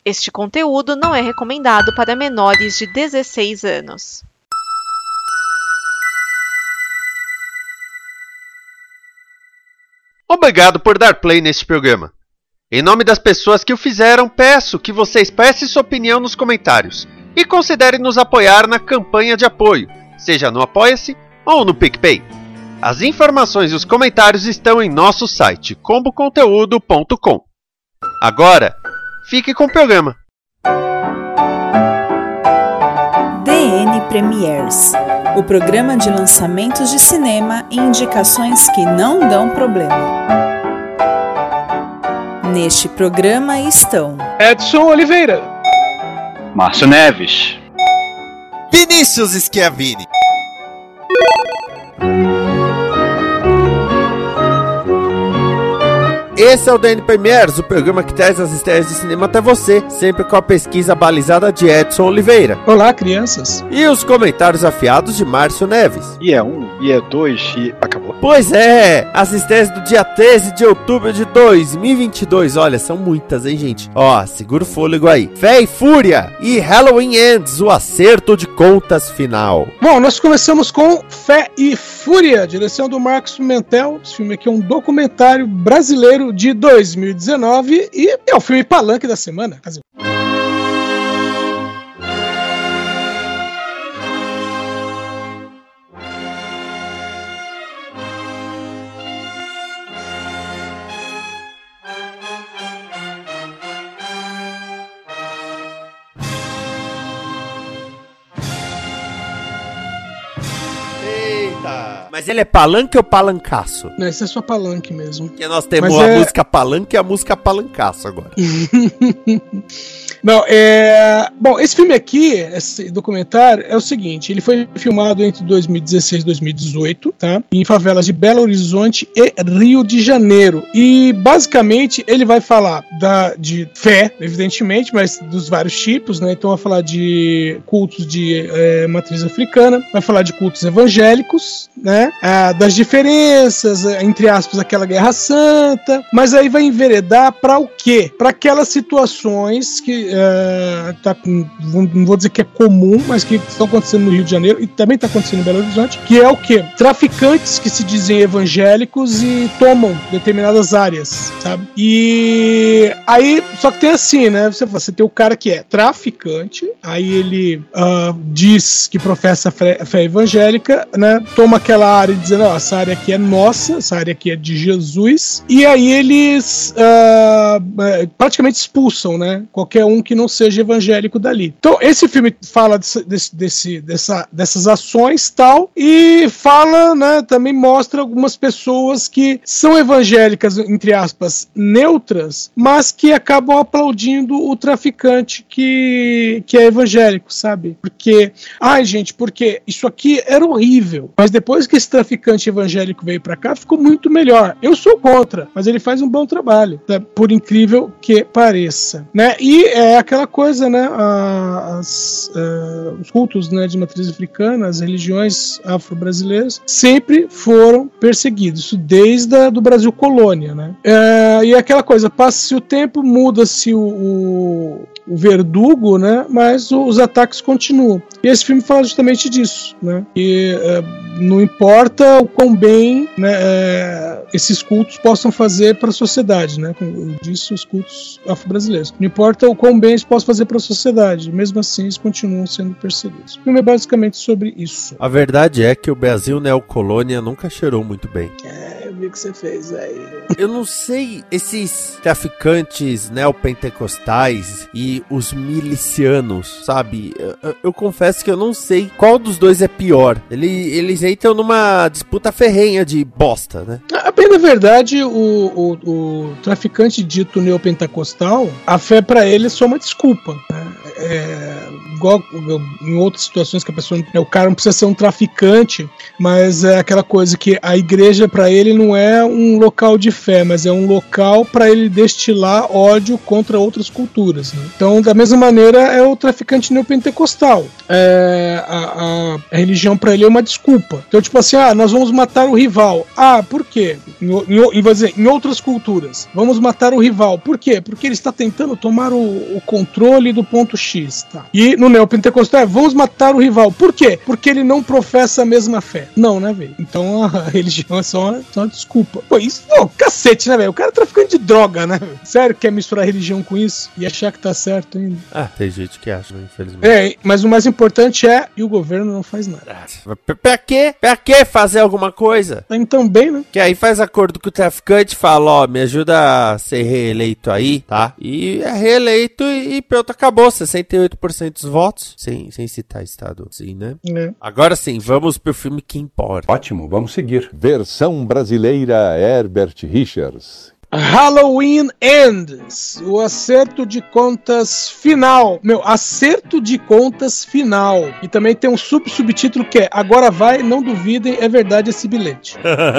Este conteúdo não é recomendado para menores de 16 anos. Obrigado por dar play neste programa. Em nome das pessoas que o fizeram, peço que você expresse sua opinião nos comentários e considere nos apoiar na campanha de apoio, seja no Apoia-se ou no PicPay. As informações e os comentários estão em nosso site comboconteúdo.com. Agora, fique com o programa. DN Premiers, o programa de lançamentos de cinema e indicações que não dão problema. Neste programa estão Edson Oliveira, Márcio Neves, Vinícius Schiavini. Esse é o DN Premiers, o programa que traz as estreias de cinema até você, sempre com a pesquisa balizada de Edson Oliveira. Olá, crianças. E os comentários afiados de Márcio Neves. E é 1, e é 2, e acabou. Pois é, as estreias do dia 13 de outubro de 2022, olha, são muitas, hein, gente? Ó, segura o fôlego aí. Fé e Fúria e Halloween Ends, o acerto de contas final. Bom, nós começamos com Fé e Fúria, direção do Marcos Pimentel. Esse filme aqui é um documentário brasileiro de 2019 e é o filme palanque da semana. Mas ele é palanque ou palancaço? Não, esse é só palanque mesmo. Porque nós temos música palanque e a música palancaço agora. Não, Bom, esse filme aqui, esse documentário, é o seguinte, ele foi filmado entre 2016 e 2018, tá? Em favelas de Belo Horizonte e Rio de Janeiro. E, basicamente, ele vai falar de fé, evidentemente, mas dos vários tipos, né? Então vai falar de cultos de matriz africana, vai falar de cultos evangélicos, né? Das diferenças, entre aspas, aquela guerra santa, mas aí vai enveredar para o quê? Para aquelas situações que não vou dizer que é comum, mas que estão acontecendo no Rio de Janeiro e também está acontecendo em Belo Horizonte, que é o quê? Traficantes que se dizem evangélicos e tomam determinadas áreas, sabe? E aí, só que tem assim, né? Você tem o cara que é traficante, aí ele diz que professa fé evangélica, né? Toma aquela área dizendo, ó, essa área aqui é nossa, essa área aqui é de Jesus, e aí eles praticamente expulsam, né? Qualquer um que não seja evangélico dali. Então, esse filme fala dessas ações tal, e fala, né, também mostra algumas pessoas que são evangélicas, entre aspas, neutras, mas que acabam aplaudindo o traficante que é evangélico, sabe? Porque, porque isso aqui era horrível, mas depois que esse traficante evangélico veio pra cá, ficou muito melhor. Eu sou contra, mas ele faz um bom trabalho, né? Por incrível que pareça, né? E é aquela coisa, né? Os cultos, né, de matriz africana, as religiões afro-brasileiras sempre foram perseguidos, isso desde do Brasil colônia, né? E aquela coisa, passa-se o tempo, muda-se o verdugo, né? Mas os ataques continuam. E esse filme fala justamente disso, né? E não importa o quão bem, né, esses cultos possam fazer para a sociedade, né? Como eu disse, os cultos afro-brasileiros. Não importa o quão bem eles possam fazer para a sociedade, mesmo assim eles continuam sendo perseguidos. O filme é basicamente sobre isso. A verdade é que o Brasil neocolônia nunca cheirou muito bem. Eu vi o que você fez aí. Eu não sei, esses traficantes neopentecostais e os milicianos, sabe? Eu confesso que eu não sei qual dos dois é pior. Eles entram numa disputa ferrenha de bosta, né? Bem, na verdade, o traficante dito neopentecostal, a fé pra ele é só uma desculpa, né? igual em outras situações que a pessoa, o cara não precisa ser um traficante, mas é aquela coisa que a igreja para ele não é um local de fé, mas é um local para ele destilar ódio contra outras culturas, né? Então, da mesma maneira, é o traficante neopentecostal. A religião para ele é uma desculpa. Então, tipo assim, nós vamos matar o rival. Por quê? Em outras culturas, vamos matar o rival. Por quê? Porque ele está tentando tomar o controle do ponto X. Tá? E no neopentecostal, vamos matar o rival. Por quê? Porque ele não professa a mesma fé. Não, né, velho? Então a religião é só uma desculpa. Pô, isso, cacete, né, velho? O cara é traficante de droga, né? Sério que quer misturar religião com isso e achar que tá certo ainda? Tem gente que acha, né, infelizmente. Mas o mais importante e o governo não faz nada. Pra quê? Pra que fazer alguma coisa? Tá indo tão bem, né? Que aí faz acordo com o traficante, fala, me ajuda a ser reeleito aí, tá? E é reeleito e pronto, acabou. 68% dos votos. Sem citar estado, sim, né? Agora sim, vamos pro filme que importa. Ótimo, vamos seguir. Versão brasileira Herbert Richards. Halloween Ends, o acerto de contas final. Acerto de contas final. E também tem um subtítulo que é Agora vai, não duvidem, é verdade esse bilhete.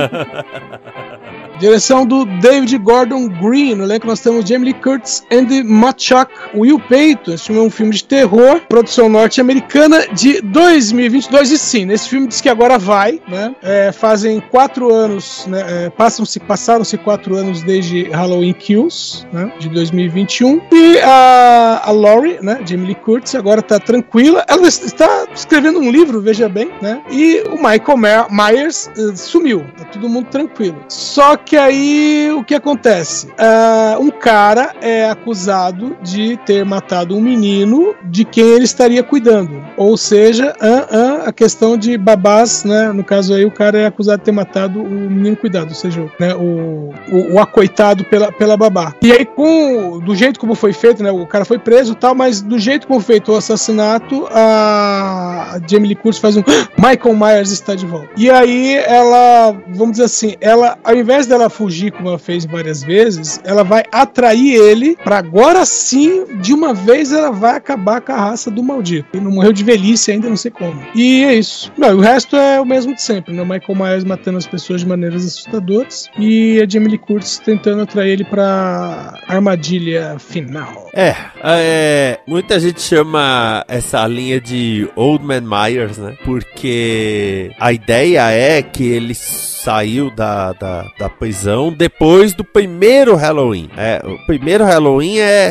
Direção do David Gordon Green. No elenco nós temos Jamie Lee Curtis, Andy Machak, Will Payton. Esse filme é um filme de terror, produção norte-americana de 2022. E sim, nesse filme diz que agora vai, né? Fazem 4 anos, né? Passaram-se 4 anos desde Halloween Kills, né? De 2021. E a Laurie, né? Jamie Lee Curtis, agora tá tranquila. Ela está escrevendo um livro, veja bem, né? E o Michael Myers sumiu. Tá todo mundo tranquilo. Só que aí o que acontece? Um cara é acusado de ter matado um menino de quem ele estaria cuidando. Ou seja, a questão de babás, né? No caso aí, o cara é acusado de ter matado o menino cuidado, ou seja, né? O acoitado pela babá. E aí, do jeito como foi feito, né? O cara foi preso e tal, mas do jeito como foi feito o assassinato, a Jamie Lee Curtis faz Michael Myers está de volta. E aí ela, vamos dizer assim, ao invés dela fugir, como ela fez várias vezes, ela vai atrair ele pra agora sim, de uma vez, ela vai acabar com a raça do maldito. Ele não morreu de velhice ainda, não sei como. E é isso. O resto é o mesmo de sempre, né? O Michael Myers matando as pessoas de maneiras assustadoras e a Jamie Lee Curtis tentando atrair ele pra armadilha final. Muita gente chama essa linha de Old Man Myers, né? Porque a ideia é que ele saiu da prisão depois do primeiro Halloween. O primeiro Halloween é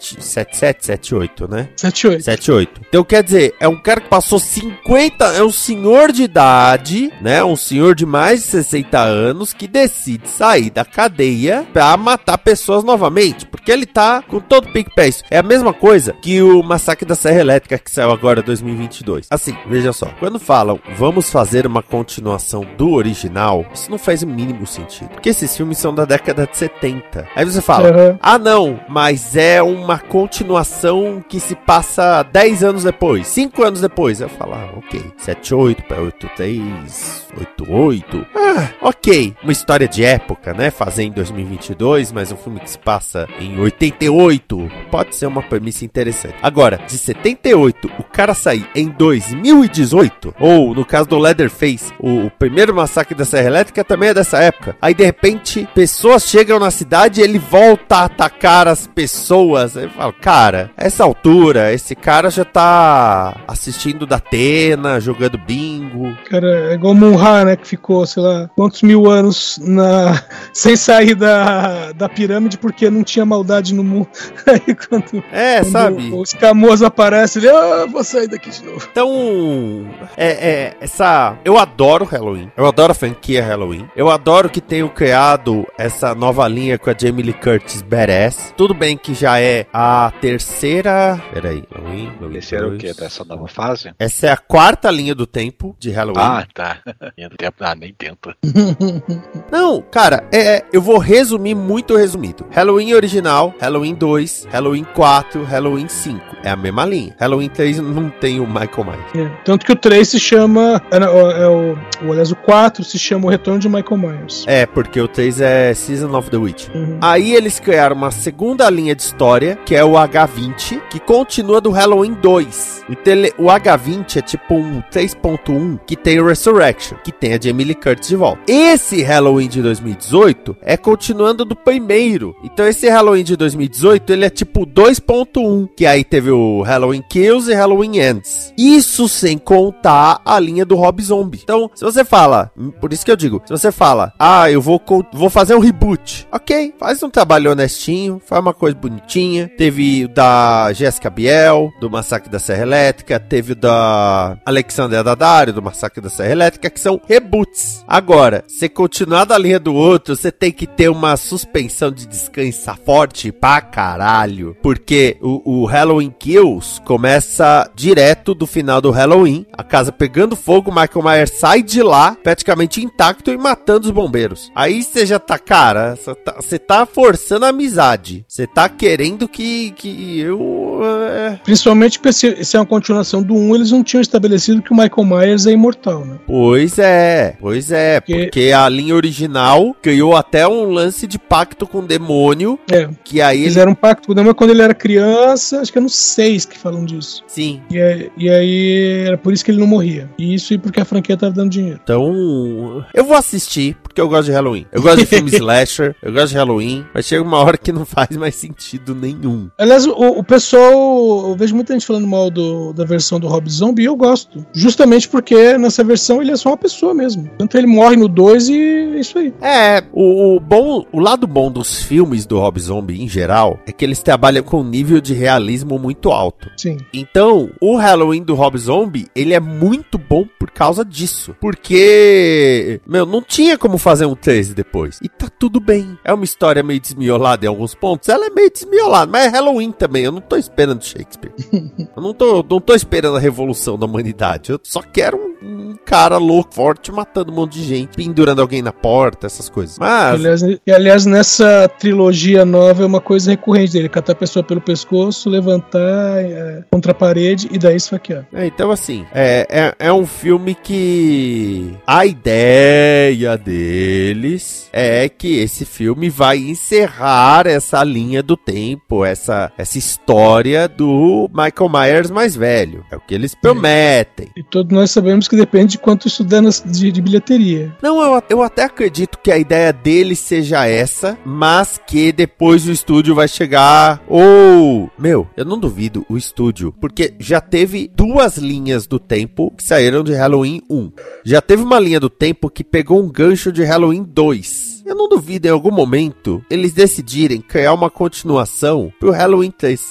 78, né? 78. Então, quer dizer, é um cara que passou 50... É um senhor de idade, né? Um senhor de mais de 60 anos que decide sair da cadeia pra matar pessoas novamente. Porque ele tá com todo o pique pra isso. É a mesma coisa que o Massacre da Serra Elétrica que saiu agora em 2022. Assim, veja só. Quando falam, vamos fazer uma continuação do original, isso não faz o mínimo sentido. Porque esses filmes são da década de 70. Aí você fala, não, mas é uma continuação que se passa 10 anos depois, 5 anos depois. Eu falo, ok, 78 para 83, 88. Ok, uma história de época, né? Fazer em 2022, mas um filme que se passa em 88. Pode ser uma premissa interessante. Agora, de 78, o cara sair em 2018, ou no caso do Leatherface, o primeiro Massacre da Serra Elétrica também é dessa época. Aí de repente, pessoas chegam na cidade e ele volta a atacar as pessoas. Aí eu falo, cara, essa altura, esse cara já tá assistindo Datena, jogando bingo. Cara, é igual Munra, né, que ficou, sei lá, quantos mil anos sem sair da pirâmide porque não tinha maldade no mundo. Aí quando sabe? O escamoso aparece, ele, vou sair daqui de novo. Então, eu adoro Halloween. Eu adoro a franquia Halloween. Eu adoro que tenham criado essa nova linha com a Jamie Lee Curtis badass. Tudo bem que já é a terceira... Peraí. Halloween terceira o quê? Dessa nova fase? Essa é a 4ª linha do tempo de Halloween. Tá. Linha do tempo, nem tenta. Não, cara, eu vou resumir muito resumido. Halloween original, Halloween 2, Halloween 4, Halloween 5. É a mesma linha. Halloween 3 não tem o Michael Myers. Tanto que o 3 se chama... Aliás, o 4 se chama O Retorno de Michael Myers. porque o 3 é Season of the Witch. Aí eles criaram uma segunda linha de história, que é o H20, que continua do Halloween 2. Então o H20 é tipo um 3.1 que tem o Resurrection, que tem a Jamie Lee Curtis de volta. Esse Halloween de 2018 é continuando do primeiro. Então esse Halloween de 2018, ele é tipo 2.1, que aí teve o Halloween Kills e Halloween Ends. Isso sem contar a linha do Rob Zombie. Então, se você fala, por isso que eu digo, se você fala, eu vou fazer um reboot. Ok, faz um trabalho honestinho, faz uma coisa bonitinha. Teve o da Jessica Biel, do Massacre da Serra Elétrica, teve o da Alexandria Daddario, do Massacre da Serra Elétrica, que são reboots. Agora, se continuar da linha do outro, você tem que ter uma suspensão de descanso forte pra caralho. Porque o Halloween Kills começa direto do final do Halloween, a casa pegando fogo, Michael Myers sai de lá, praticamente intacto, e matando os bombeiros. Aí você já tá, cara, você tá forçando a amizade. Você tá querendo que eu... Principalmente porque se é uma continuação do 1, eles não tinham estabelecido que o Michael Myers é imortal, né? Pois é, porque a linha original criou até um lance de pacto com o demônio, que aí fizeram um pacto com o demônio quando ele era criança, acho que é no 6 que falam disso. Sim. E aí era por isso que ele não morria. Isso e porque a franquia tava dando dinheiro. Então, eu vou assistir, porque eu gosto de Halloween. Eu gosto de filme slasher, eu gosto de Halloween, mas chega uma hora que não faz mais sentido nenhum. Aliás, o pessoal, eu vejo muita gente falando mal da versão do Rob Zombie, e eu gosto. Justamente porque nessa versão ele é só uma pessoa mesmo. Tanto ele morre no 2 e é isso aí. O lado bom dos filmes do Rob Zombie, em geral, é que eles trabalham com um nível de realismo muito alto. Sim. Então, o Halloween do Rob Zombie, ele é muito bom por causa disso. Porque, não tinha como fazer um 13 depois. E tá tudo bem. É uma história meio desmiolada em alguns pontos. Ela é meio desmiolada, mas é Halloween também. Eu não tô esperando Shakespeare. Eu não tô esperando a revolução da humanidade. Eu só quero um cara louco, forte, matando um monte de gente, pendurando alguém na porta, essas coisas. Mas... Aliás, nessa trilogia nova é uma coisa recorrente dele. Catar a pessoa pelo pescoço, levantar contra a parede e daí esfaquear. Então, assim, é um filme que a ideia deles é que esse filme vai encerrar essa linha do tempo, essa história do Michael Myers mais velho. É o que eles prometem. E todos nós sabemos que depende de quanto isso der de bilheteria. Não, eu até acredito que a ideia deles seja essa, mas que depois o estúdio vai chegar... eu não duvido o estúdio, porque já teve 2 linhas do tempo que saíram de Halloween 1. Já teve uma linha do tempo que pegou um gancho de Halloween 2. Eu não duvido em algum momento eles decidirem criar uma continuação pro Halloween 3.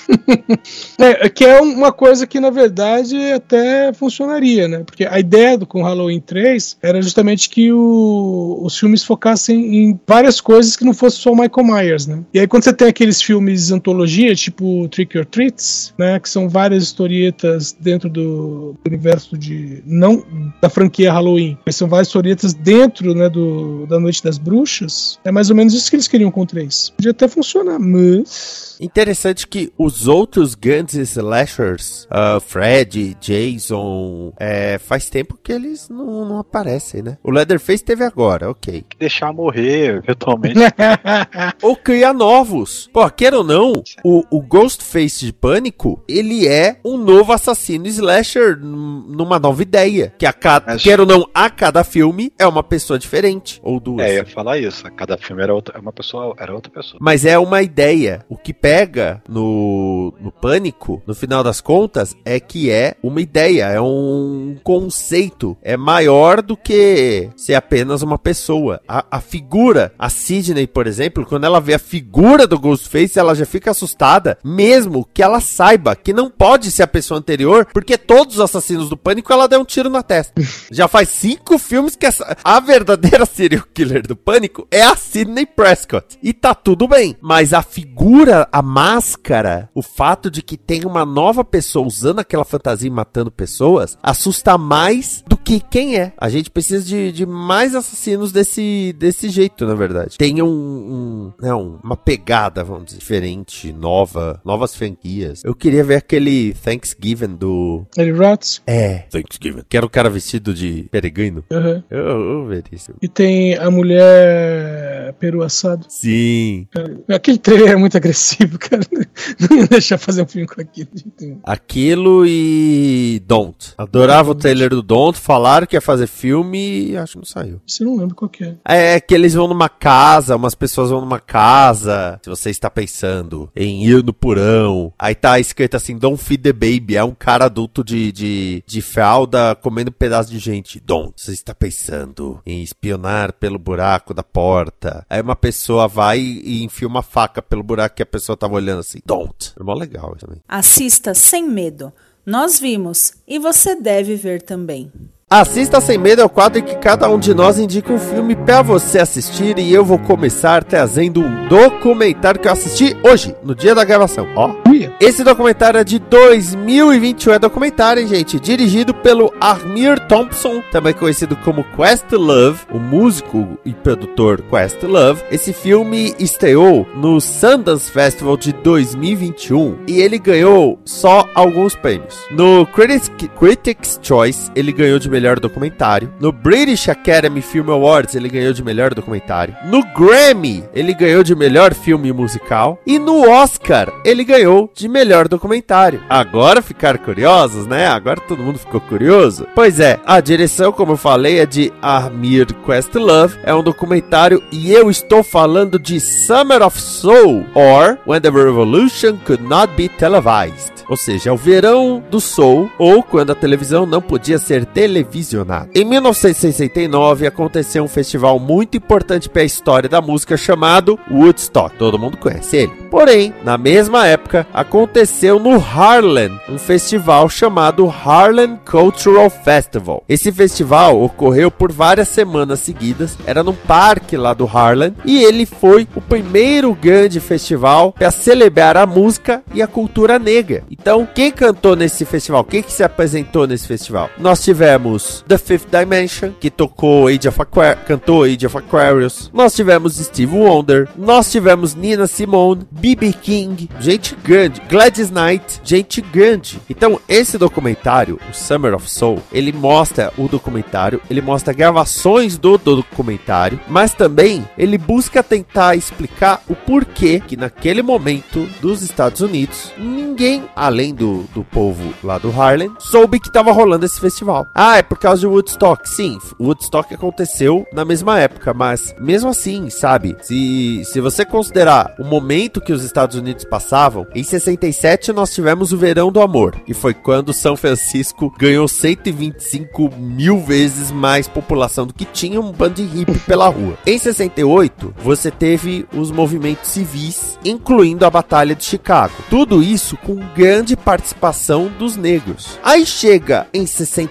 Que é uma coisa que na verdade até funcionaria, né? Porque a ideia com Halloween 3 era justamente que os filmes focassem em várias coisas que não fosse só o Michael Myers, né? E aí quando você tem aqueles filmes antologia, tipo Trick or Treats, né? Que são várias historietas dentro do universo não da franquia Halloween, mas são várias historietas dentro, né, da Noite das Bruxas. É mais ou menos isso que eles queriam com o 3. Podia até funcionar, mas... Interessante que os outros grandes slashers, Fred, Jason, faz tempo que eles não aparecem, né? O Leatherface teve agora, ok. Deixar morrer, eventualmente. Ou criar novos. Pô, queira ou não, o Ghostface de Pânico, ele é um novo assassino slasher numa nova ideia. Que queira ou não, a cada filme é uma pessoa diferente. Ou 2. Eu ia falar isso. A cada filme era outra pessoa. Mas é uma ideia. O que pega no Pânico, no final das contas, é que é uma ideia, é um conceito, é maior do que ser apenas uma pessoa. A figura, a Sidney, por exemplo, quando ela vê a figura do Ghostface, ela já fica assustada, mesmo que ela saiba que não pode ser a pessoa anterior, porque todos os assassinos do Pânico, ela deu um tiro na testa. Já faz 5 filmes que a verdadeira serial killer do Pânico é a Sidney Prescott. E tá tudo bem, mas a figura, a a máscara, o fato de que tem uma nova pessoa usando aquela fantasia e matando pessoas, assusta mais do que quem é. A gente precisa de mais assassinos desse jeito, na verdade. Tem uma pegada, vamos dizer, diferente, novas franquias. Eu queria ver aquele Thanksgiving do... Eddie Ratz. Thanksgiving. Que era o cara vestido de peregrino. Uhum. Eu ver isso. E tem a mulher peru assado. Sim. Aquele trailer é muito agressivo, cara. Não ia deixar fazer um filme com aquilo. Aquilo e Don't. Adorava o trailer do Don't, falaram que ia fazer filme e acho que não saiu. Você não lembra qual que é. É que eles vão numa casa, umas pessoas vão numa casa, se você está pensando em ir no porão, aí tá escrito assim, Don't feed the baby, é um cara adulto de fralda comendo um pedaço de gente. Don't, você está pensando em espionar pelo buraco da porta, aí uma pessoa vai e enfia uma faca pelo buraco que a pessoa tava olhando assim. Don't. É mó legal também. Assista sem medo. Nós vimos e você deve ver também. Assista Sem Medo é o quadro em que cada um de nós indica um filme pra você assistir e eu vou começar trazendo um documentário que eu assisti hoje, no dia da gravação. Ó, esse documentário é de 2021, é documentário, hein, gente? Dirigido pelo Amir Thompson, também conhecido como Questlove, o músico e produtor Questlove. Esse filme estreou no Sundance Festival de 2021 e ele ganhou só alguns prêmios. No Critics' Choice, ele ganhou de melhor documentário. No British Academy Film Awards, ele ganhou de melhor documentário. No Grammy, ele ganhou de melhor filme musical. E no Oscar, ele ganhou de melhor documentário. Agora ficaram curiosos, né? Agora todo mundo ficou curioso. Pois é, a direção, como eu falei, é de Amir Questlove. É um documentário e eu estou falando de Summer of Soul, or When the Revolution Could Not Be Televised. Ou seja, é o verão do soul, ou quando a televisão não podia ser televisionada. Em 1969, aconteceu um festival muito importante para a história da música chamado Woodstock. Todo mundo conhece ele. Porém, na mesma época, aconteceu no Harlem um festival chamado Harlem Cultural Festival. Esse festival ocorreu por várias semanas seguidas, era num parque lá do Harlem, e ele foi o primeiro grande festival para celebrar a música e a cultura negra. Então, quem cantou nesse festival? Quem que se apresentou nesse festival? Nós tivemos The Fifth Dimension, que cantou Age of Aquarius. Nós tivemos Stevie Wonder. Nós tivemos Nina Simone, B.B. King, gente grande. Gladys Knight, gente grande. Então, esse documentário, o Summer of Soul, ele mostra o documentário, ele mostra gravações do documentário, mas também ele busca tentar explicar o porquê que naquele momento dos Estados Unidos, ninguém, além do povo lá do Harlem, soube que estava rolando esse festival. Ah, é por causa de Woodstock. Sim, Woodstock aconteceu na mesma época, mas mesmo assim, sabe, se você considerar o momento que os Estados Unidos passavam, em 67 nós tivemos o Verão do Amor, e foi quando São Francisco ganhou 125 mil vezes mais população do que tinha um bando de hippie pela rua. Em 68, você teve os movimentos civis, incluindo a Batalha de Chicago. Tudo isso com grande participação dos negros. Aí chega em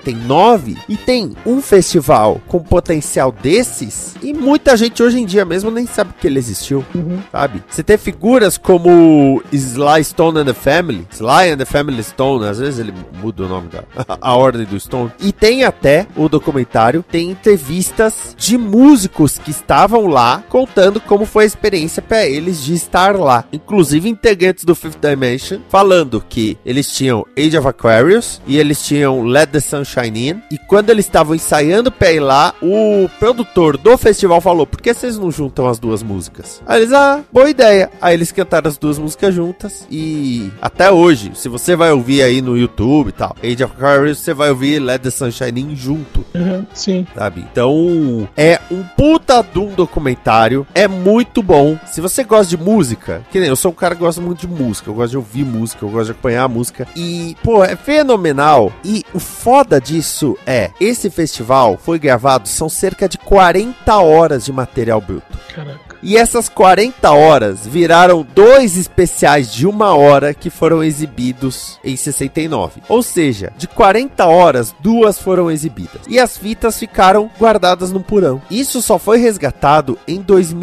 69 e tem um festival com potencial desses e muita gente hoje em dia mesmo nem sabe que ele existiu, sabe? Você tem figuras como Sly Stone and the Family, Sly and the Family Stone, às vezes ele muda o nome a ordem do Stone, e tem até o documentário, tem entrevistas de músicos que estavam lá contando como foi a experiência para eles de estar lá, inclusive integrantes do Fifth Dimension falando que eles tinham Age of Aquarius e eles tinham Let the Sunshine In, e quando eles estavam ensaiando pra ir lá, o produtor do festival falou, por que vocês não juntam as duas músicas? Aí eles, boa ideia. Aí eles cantaram as duas músicas juntas e até hoje, se você vai ouvir aí no YouTube e tal, Age of Aquarius, você vai ouvir Let the Sunshine In junto. Sim. Sabe? Então, é um puta de um documentário, é muito bom. Se você gosta de música, que nem eu sou um cara que gosta muito de música, eu gosto de ouvir música, eu gosto de acompanhar a música e, pô, é fenomenal. E o foda disso é, esse festival foi gravado, são cerca de 40 horas de material bruto. Caraca. E essas 40 horas viraram 2 especiais de 1 hora que foram exibidos em 69. Ou seja, de 40 horas, 2 foram exibidas. E as fitas ficaram guardadas no porão. Isso só foi resgatado em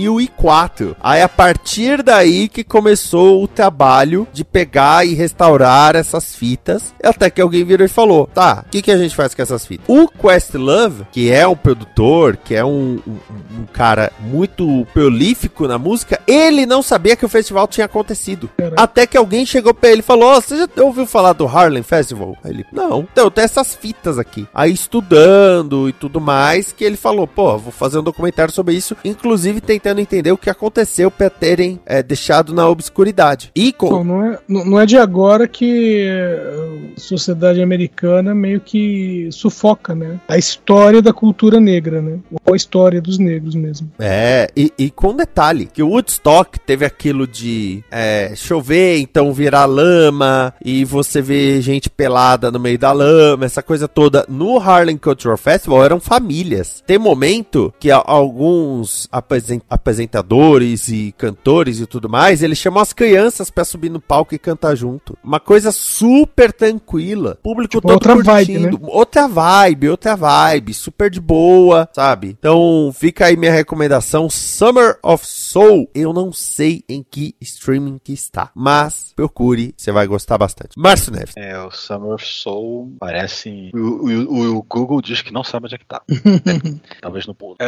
2004. Aí a partir daí que começou o trabalho de pegar e restaurar essas fitas. Até que alguém virou e falou, tá, o que a gente faz com essas fitas? O Questlove, que é um produtor, que é um cara muito prolífico na música, ele não sabia que o festival tinha acontecido. Caraca. Até que alguém chegou pra ele e falou, você já ouviu falar do Harlem Festival? Aí ele, não. Então, tem essas fitas aqui. Aí estudando e tudo mais, que ele falou, pô, vou fazer um documentário sobre isso, inclusive tentando entender o que aconteceu pra terem deixado na obscuridade. E Bom, não é de agora que a sociedade americana meio que sufoca, né? A história da cultura negra, né? Ou a história dos negros mesmo. E com detalhe, que o Woodstock teve aquilo de chover, então virar lama, e você vê gente pelada no meio da lama, essa coisa toda. No Harlem Cultural Festival eram famílias. Tem momento que alguns apresentadores e cantores e tudo mais, eles chamam as crianças pra subir no palco e cantar junto. Uma coisa super tranquila. Público Tipo, todo outra curtindo. vibe, né? Outra vibe, super de boa, sabe? Então fica aí minha recomendação, Summer of Soul. Eu não sei em que streaming que está, mas procure, você vai gostar bastante. Márcio Neves. O Summer of Soul parece... O Google diz que não sabe onde é que tá. Talvez no pulo.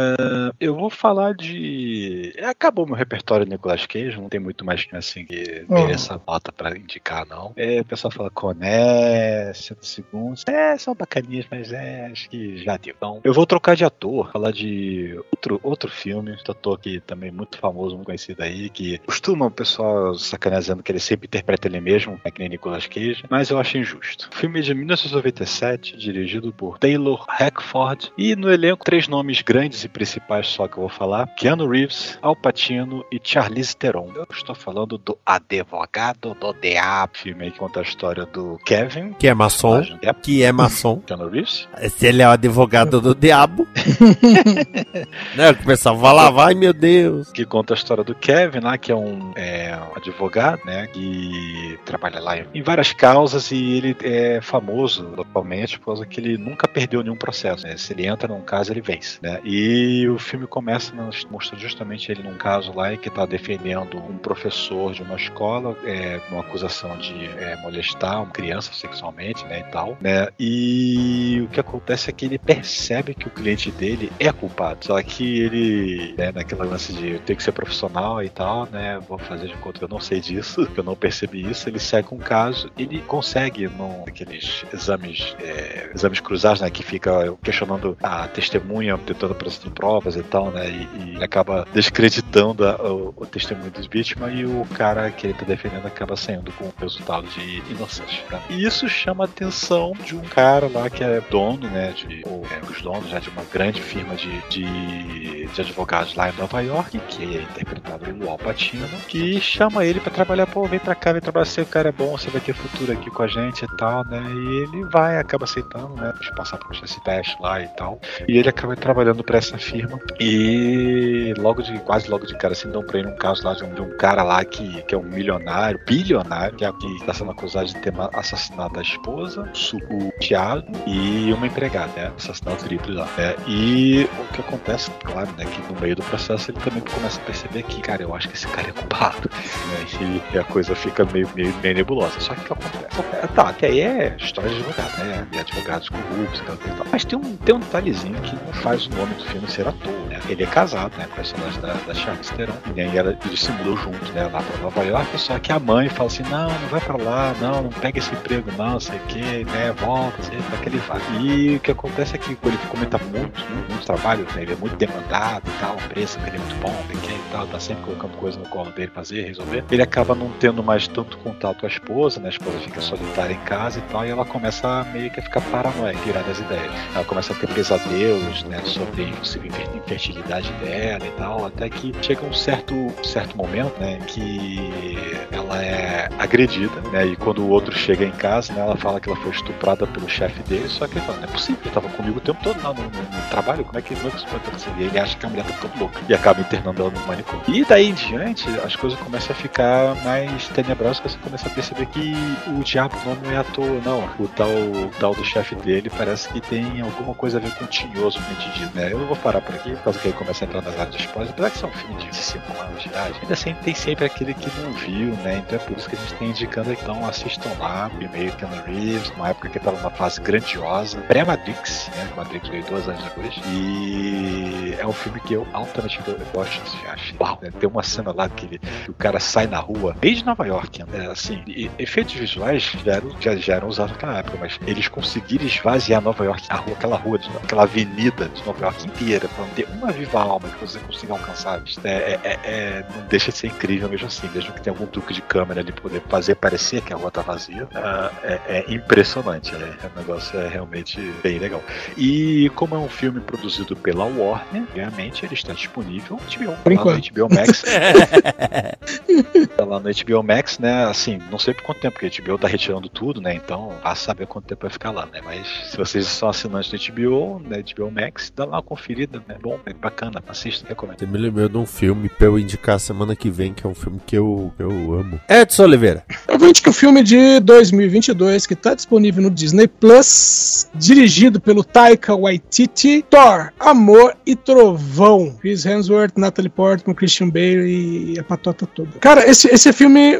Eu vou falar de... Acabou meu repertório de Nicolas Cage, não tem muito mais assim que mereça nota pra indicar, não. O pessoal fala Coné, 100 segundos. São bacaninhas, mas acho que já deu. Então, eu vou trocar de ator, falar de outro filme, um ator que também muito famoso, muito conhecido aí, que costuma o pessoal sacaneando que ele sempre interpreta ele mesmo, que nem Nicolas Cage, mas eu acho injusto. O filme é de 1997, dirigido por Taylor Hackford, e no elenco 3 nomes grandes e principais só que eu vou falar: Keanu Reeves, Al Pacino e Charlize Theron. Eu estou falando do Advogado do Diabo, filme aí que conta a história do Kevin, Que é maçom. Keanu Reeves. Se ele é o advogado do diabo. Né? O pessoal vai lá, vai, meu Deus. Que conta a história do Kevin lá, que é um advogado, né, que trabalha lá em várias causas, e ele é famoso localmente por causa que ele nunca perdeu nenhum processo, né? Se ele entra num caso, ele vence, né? E o filme começa mostrando justamente ele num caso lá, que tá defendendo um professor de uma escola, uma acusação de molestar uma criança sexualmente, né, e tal, né? E o que acontece é que ele percebe que o cliente dele é culpado, só que ele, né, naquela lance de ter que ser profissional e tal, né, vou fazer de conta que eu não sei disso, que eu não percebi isso, ele segue um caso, ele consegue naqueles exames cruzados, né, que fica questionando a testemunha, tentando apresentar provas e tal, né, e ele acaba descreditando o testemunho dos vítimas, e o cara que ele tá defendendo acaba saindo com o resultado de inocência, tá? E isso chama a atenção de um cara lá que é dono, né, os donos já de uma grande firma de advogados lá em Nova York, que é interpretado pelo Al Pacino, que chama ele pra trabalhar, vem pra cá, vem trabalhar, se o cara é bom, você vai ter futuro aqui com a gente e tal, né, e ele acaba aceitando, né, deixa eu passar por esse teste lá e tal, e ele acaba trabalhando pra essa firma, e quase logo de cara, assim, dão pra ele um caso lá de um cara lá que é um bilionário, que tá sendo acusado de ter assassinado a esposa, o Thiago e uma empregada, né, assassinato triplo lá, né, e o que acontece, claro, né, que no meio do processo ele também começa a perceber que, cara, eu acho que esse cara é culpado, né, e a coisa fica meio nebulosa. Só que o que acontece? Que aí é história de advogado, né, e advogados corruptos e tal. Mas tem um detalhezinho que não faz o nome do filme ser à toa, né? Ele é casado, né, personagem da Charlize Theron, e aí eles se mudam juntos, né, lá pra Nova York, só que a mãe fala assim, não vai pra lá, não pega esse emprego não, sei o que, né, volta, sei pra que ele vai. E o que acontece é que ele comenta muito trabalho, né, ele é muito demandado e tal, o preço dele é muito bom, pequeno e tal, tá sempre colocando coisa no colo dele, resolver. Ele acaba não tendo mais tanto contato com a esposa, né, a esposa fica solitária em casa e tal, e ela começa a meio que ficar paranoica, tirar das ideias. Ela começa a ter pesadelos, né, sobre a possível infertilidade dela e tal, até que chega um certo momento, né, que ela é agredida, né, e quando o outro chega em casa, né, ela fala que ela foi estuprada pelo chefe dele, só que ele fala, não é possível, ele tava comigo o tempo todo lá no trabalho, como é que isso pode acontecer? E ele acha que a mulher tá ficando louca. E acaba internando ela no manicômio. E daí em diante, as coisas começam a ficar mais tenebrosas, você começa a perceber que o diabo não é à toa, não. O tal do chefe dele parece que tem alguma coisa a ver com o tinhoso, né? Eu não vou parar por aqui, por causa que aí começa a entrar nas áreas de spoilers, apesar que são filmes de 5 anos de idade, ainda assim tem sempre aquele que não viu, né? Então é por isso que a gente tem indicando que então assistam lá, primeiro Keanu Reeves, numa época que estava numa fase grandiosa, pré-Matrix, né? Matrix veio 2 anos depois, e é um filme que eu altamente gosto, acho. Uau, né? Tem uma cena lá que o cara sai na rua, desde Nova York, né? Assim, efeitos visuais já eram usados naquela época, mas eles conseguiram esvaziar Nova York, aquela avenida de Nova York inteira, pra não ter uma viva alma que você consiga alcançar. Não deixa de ser incrível mesmo assim, mesmo que tenha algum truque de câmera ali poder fazer parecer que a rua tá vazia. É impressionante, o negócio é realmente bem legal. E como é um filme produzido pela Warner, obviamente ele está disponível lá no HBO Max. Tá lá no HBO Max, né? Assim, não sei por quanto tempo, porque a HBO tá retirando tudo, né? Então, a saber quanto tempo vai ficar lá, né? Mas se vocês são assinantes do HBO, né? HBO Max, dá lá uma conferida, né? Bom, é bacana, assista, recomendo. Você me lembrou de um filme pra eu indicar semana que vem, que é um filme que eu amo. Edson Oliveira. Eu vou indicar o filme de 2022, que tá disponível no Disney Plus, dirigido pelo Taika Waititi, Thor, Amor e Trovão. Chris Hemsworth, Natalie Portman, Christian Bale e a patota toda. Cara, esse filme,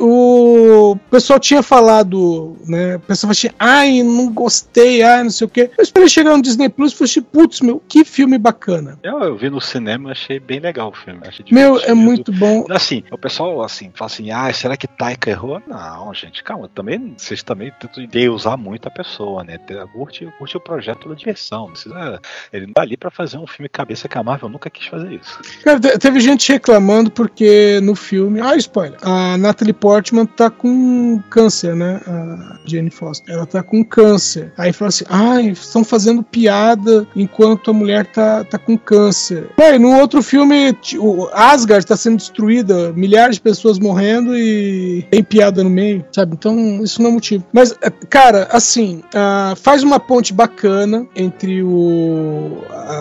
o pessoal tinha falado, né? O pessoal falou assim, não gostei, não sei o quê. Eu esperei chegar no Disney Plus e falei assim, putz, meu, que filme bacana. Eu vi no cinema e achei bem legal o filme. Meu, é muito bom. Assim, o pessoal, assim, fala assim, será que Taika errou? Não, gente, calma, vocês também tentam usar muito a pessoa, né? Curte o projeto pela diversão. Ele não tá ali pra fazer um filme cabeça que a Marvel nunca quis fazer isso. Cara, teve gente reclamando porque no filme, spoiler, a Natalie Portman tá com câncer, né? A Jane Foster, ela tá com câncer. Aí fala assim, estão fazendo piada enquanto a mulher tá com câncer. No outro filme, o Asgard tá sendo destruída, milhares de pessoas morrendo e tem piada no meio, sabe? Então, isso não é motivo. Mas, cara, assim, faz uma ponte bacana entre o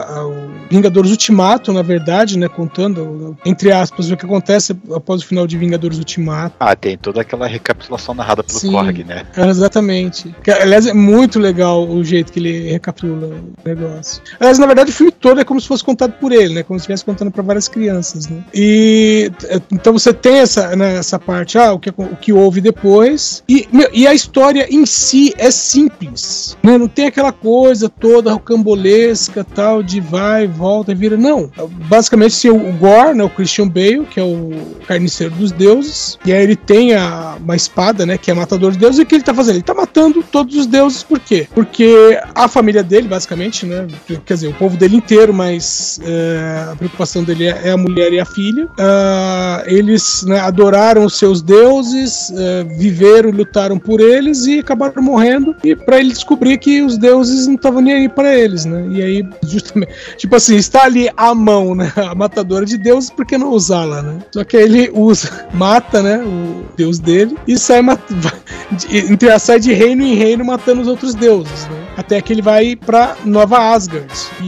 Vingadores Ultimato, na verdade, né? Contando, entre aspas, o que acontece após o final de Vingadores Ultimato. Tem toda aquela recapitulação narrada pelo Korg, né? Exatamente. Aliás, é muito legal o jeito que ele recapitula o negócio. Aliás, na verdade, o filme todo é como se fosse contado por ele, né? Como se estivesse contando para várias crianças, né? E então você tem essa parte, o que houve depois. E a história em si é simples, né? Não tem aquela coisa toda rocambolesca, tal, de vai, volta e vira. Não. Basicamente, o Gore, né? O Christian Bale, que é o carniceiro dos deuses, e aí ele tem uma espada, né? Que é matador de deuses, e o que ele tá fazendo? Ele tá matando todos os deuses, por quê? Porque a família dele, basicamente, né? Quer dizer, o povo dele inteiro, mas a preocupação dele é a mulher e a filha. Eles, né, adoraram os seus deuses, viveram, lutaram por eles e acabaram morrendo, e pra ele descobrir que os deuses não estavam nem aí pra eles, né? E aí, justamente, tipo assim, está ali à mão, né? A matadora de deuses, por que não usá-la, né? Só que aí ele mata, né? O deus dele e sai de reino em reino matando os outros deuses, né? Até que ele vai pra Nova Asgard.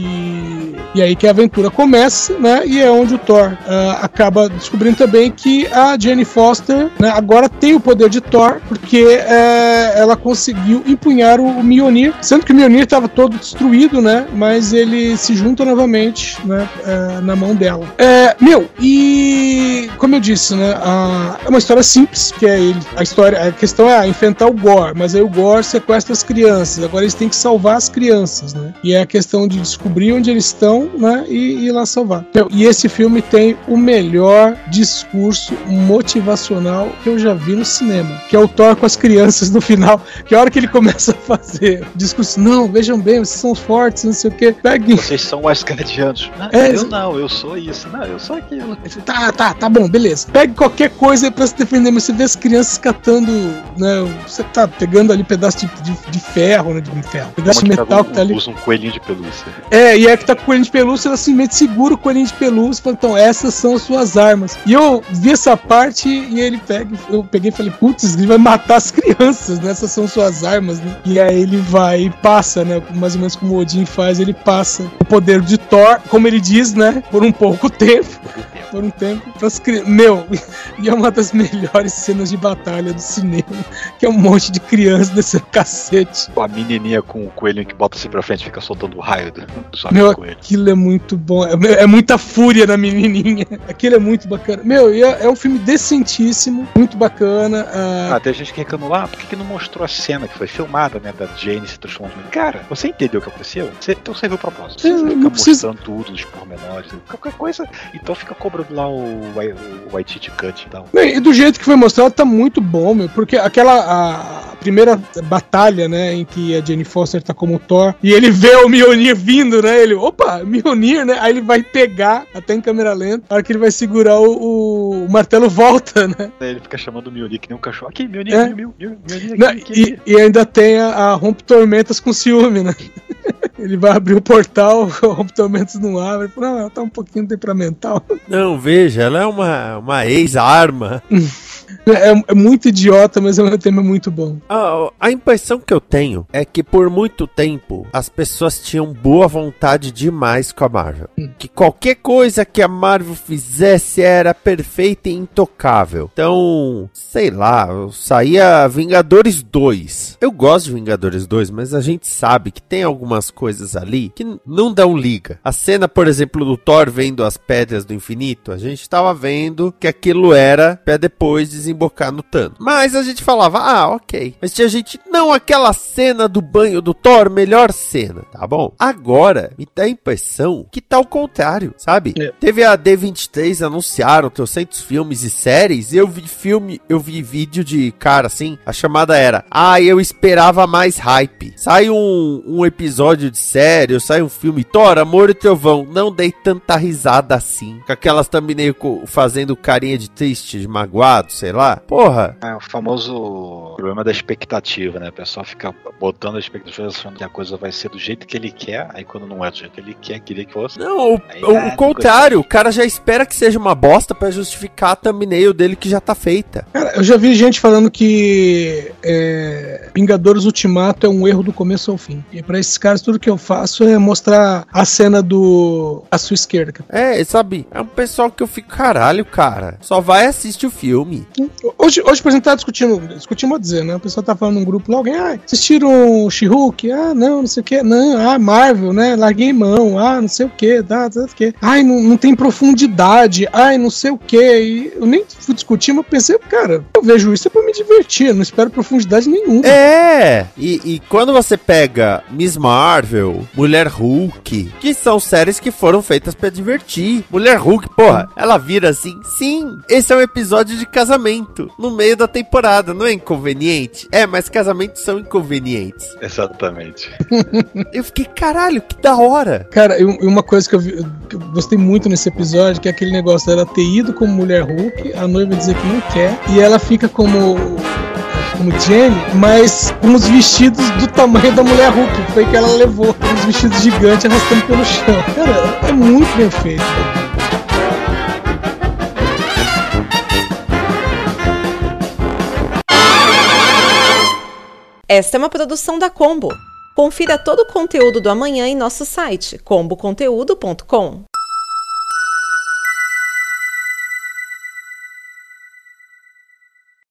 E aí que a aventura começa, né? E é onde o Thor acaba descobrindo também que a Jane Foster, né, agora tem o poder de Thor, porque ela conseguiu empunhar o Mjolnir, sendo que o Mjolnir estava todo destruído, né? Mas ele se junta novamente, né, na mão dela. E como eu disse, né? É uma história simples, que é a questão é enfrentar o Gore, mas aí o Gore sequestra as crianças, agora eles têm que salvar as crianças, né? E é a questão de descobrir onde eles estão, né, e ir lá salvar. E esse filme tem o melhor discurso motivacional que eu já vi no cinema, que é o Thor com as crianças no final, que a hora que ele começa a fazer o discurso, não, vejam bem, vocês são fortes, não sei o que. Vocês são asgardianos. Eu sou isso. Não, eu sou aquilo. Tá bom, beleza. Pegue qualquer coisa aí pra se defender, mas você vê as crianças catando, né, você tá pegando ali pedaço de ferro, né, pedaço de metal que tá ali. Usa um coelhinho de pelúcia. E é que tá com coelhinho de pelúcia, ela simplesmente segura o coelhinho de pelúcia e fala, então, essas são as suas armas. E eu vi essa parte e eu peguei e falei, putz, ele vai matar as crianças, né? Essas são suas armas, né? E aí ele vai e passa, né? Mais ou menos como o Odin faz, ele passa o poder de Thor, como ele diz, né? Por um pouco tempo. Por um tempo. Pras crianças. Meu, e é uma das melhores cenas de batalha do cinema, que é um monte de crianças desse cacete. A menininha com o coelhinho que bota assim pra frente, fica soltando o raio do meu, coelho. Aquilo é muito bom. É muita fúria na menininha. Aquilo é muito bacana. Meu, é um filme decentíssimo, muito bacana. Tem gente que reclamou lá, por que não mostrou a cena que foi filmada, né, da Jane se transformando? Cara, você entendeu o que aconteceu? Então você viu o propósito. Você fica mostrando tudo, os pormenores, qualquer coisa, então fica cobrando lá o Waititi Cut e tal. E do jeito que foi mostrado, tá muito bom, meu, porque a primeira batalha, né, em que a Jane Foster tá como Thor, e ele vê o Mjolnir vindo, né, ele, opa, Mjolnir, né, aí ele vai pegar, até em câmera lenta, a hora que ele vai segurar o martelo volta, né. Ele fica chamando o Mjolnir que nem um cachorro, aqui, Mjolnir, Mjolnir aqui. E ainda tem a Rompe Tormentas com ciúme, né. Ele vai abrir o portal, o Rompe Tormentas não abre. Não, ela tá um pouquinho temperamental. Não, veja, ela é uma ex-arma. É muito idiota, mas ao mesmo tempo é muito bom. A impressão que eu tenho é que por muito tempo as pessoas tinham boa vontade demais com a Marvel. Que qualquer coisa que a Marvel fizesse era perfeita e intocável. Então, sei lá, saía Vingadores 2. Eu gosto de Vingadores 2, mas a gente sabe que tem algumas coisas ali que não dão liga. A cena, por exemplo, do Thor vendo as pedras do infinito, a gente tava vendo que aquilo era pra depois desembocar no Thanos. Mas a gente falava, ok. Mas tinha gente, não, aquela cena do banho do Thor, melhor cena, tá bom? Agora, me dá a impressão que tá ao contrário, sabe? Teve a D23, anunciaram 300 filmes e séries, e eu vi vídeo de cara assim, a chamada era, eu esperava mais hype. Sai um episódio de série, ou sai um filme, Thor, Amor e Trovão, não dei tanta risada assim. Com aquelas thumbnail fazendo carinha de triste, de magoado, sei lá. Porra. É o famoso problema da expectativa, né? O pessoal fica botando a expectativa achando que a coisa vai ser do jeito que ele quer, aí quando não é do jeito que ele quer, queria que fosse. Não, o contrário, o cara já espera que seja uma bosta pra justificar a thumbnail dele que já tá feita. Cara, eu já vi gente falando que Vingadores Ultimato é um erro do começo ao fim. E pra esses caras, tudo que eu faço é mostrar a cena à sua esquerda. Sabe? É um pessoal que eu fico, caralho, cara, só vai assistir o filme. Hoje por exemplo, tá discutindo, a dizer, né? O pessoal tá falando num grupo lá, alguém, assistiram She-Hulk? Não sei o que, não, Marvel, né? Larguei mão, não sei o que, não sei o que. Não tem profundidade, não sei o que. E eu nem fui discutir, mas pensei, cara, eu vejo isso pra me divertir, eu não espero profundidade nenhuma. E quando você pega Miss Marvel, Mulher Hulk, que são séries que foram feitas pra divertir. Mulher Hulk, porra, ela vira assim, sim, esse é um episódio de casamento, no meio da temporada, não é inconveniente? Mas casamentos são inconvenientes. Exatamente. Eu fiquei, caralho, que da hora. Cara, e uma coisa que eu gostei muito nesse episódio, que é aquele negócio dela ter ido como Mulher Hulk, a noiva dizer que não quer, e ela fica como Jenny, mas com os vestidos do tamanho da Mulher Hulk, que foi que ela levou, uns vestidos gigantes arrastando pelo chão. Cara, é muito bem feito. Esta é uma produção da Combo. Confira todo o conteúdo do amanhã em nosso site comboconteúdo.com.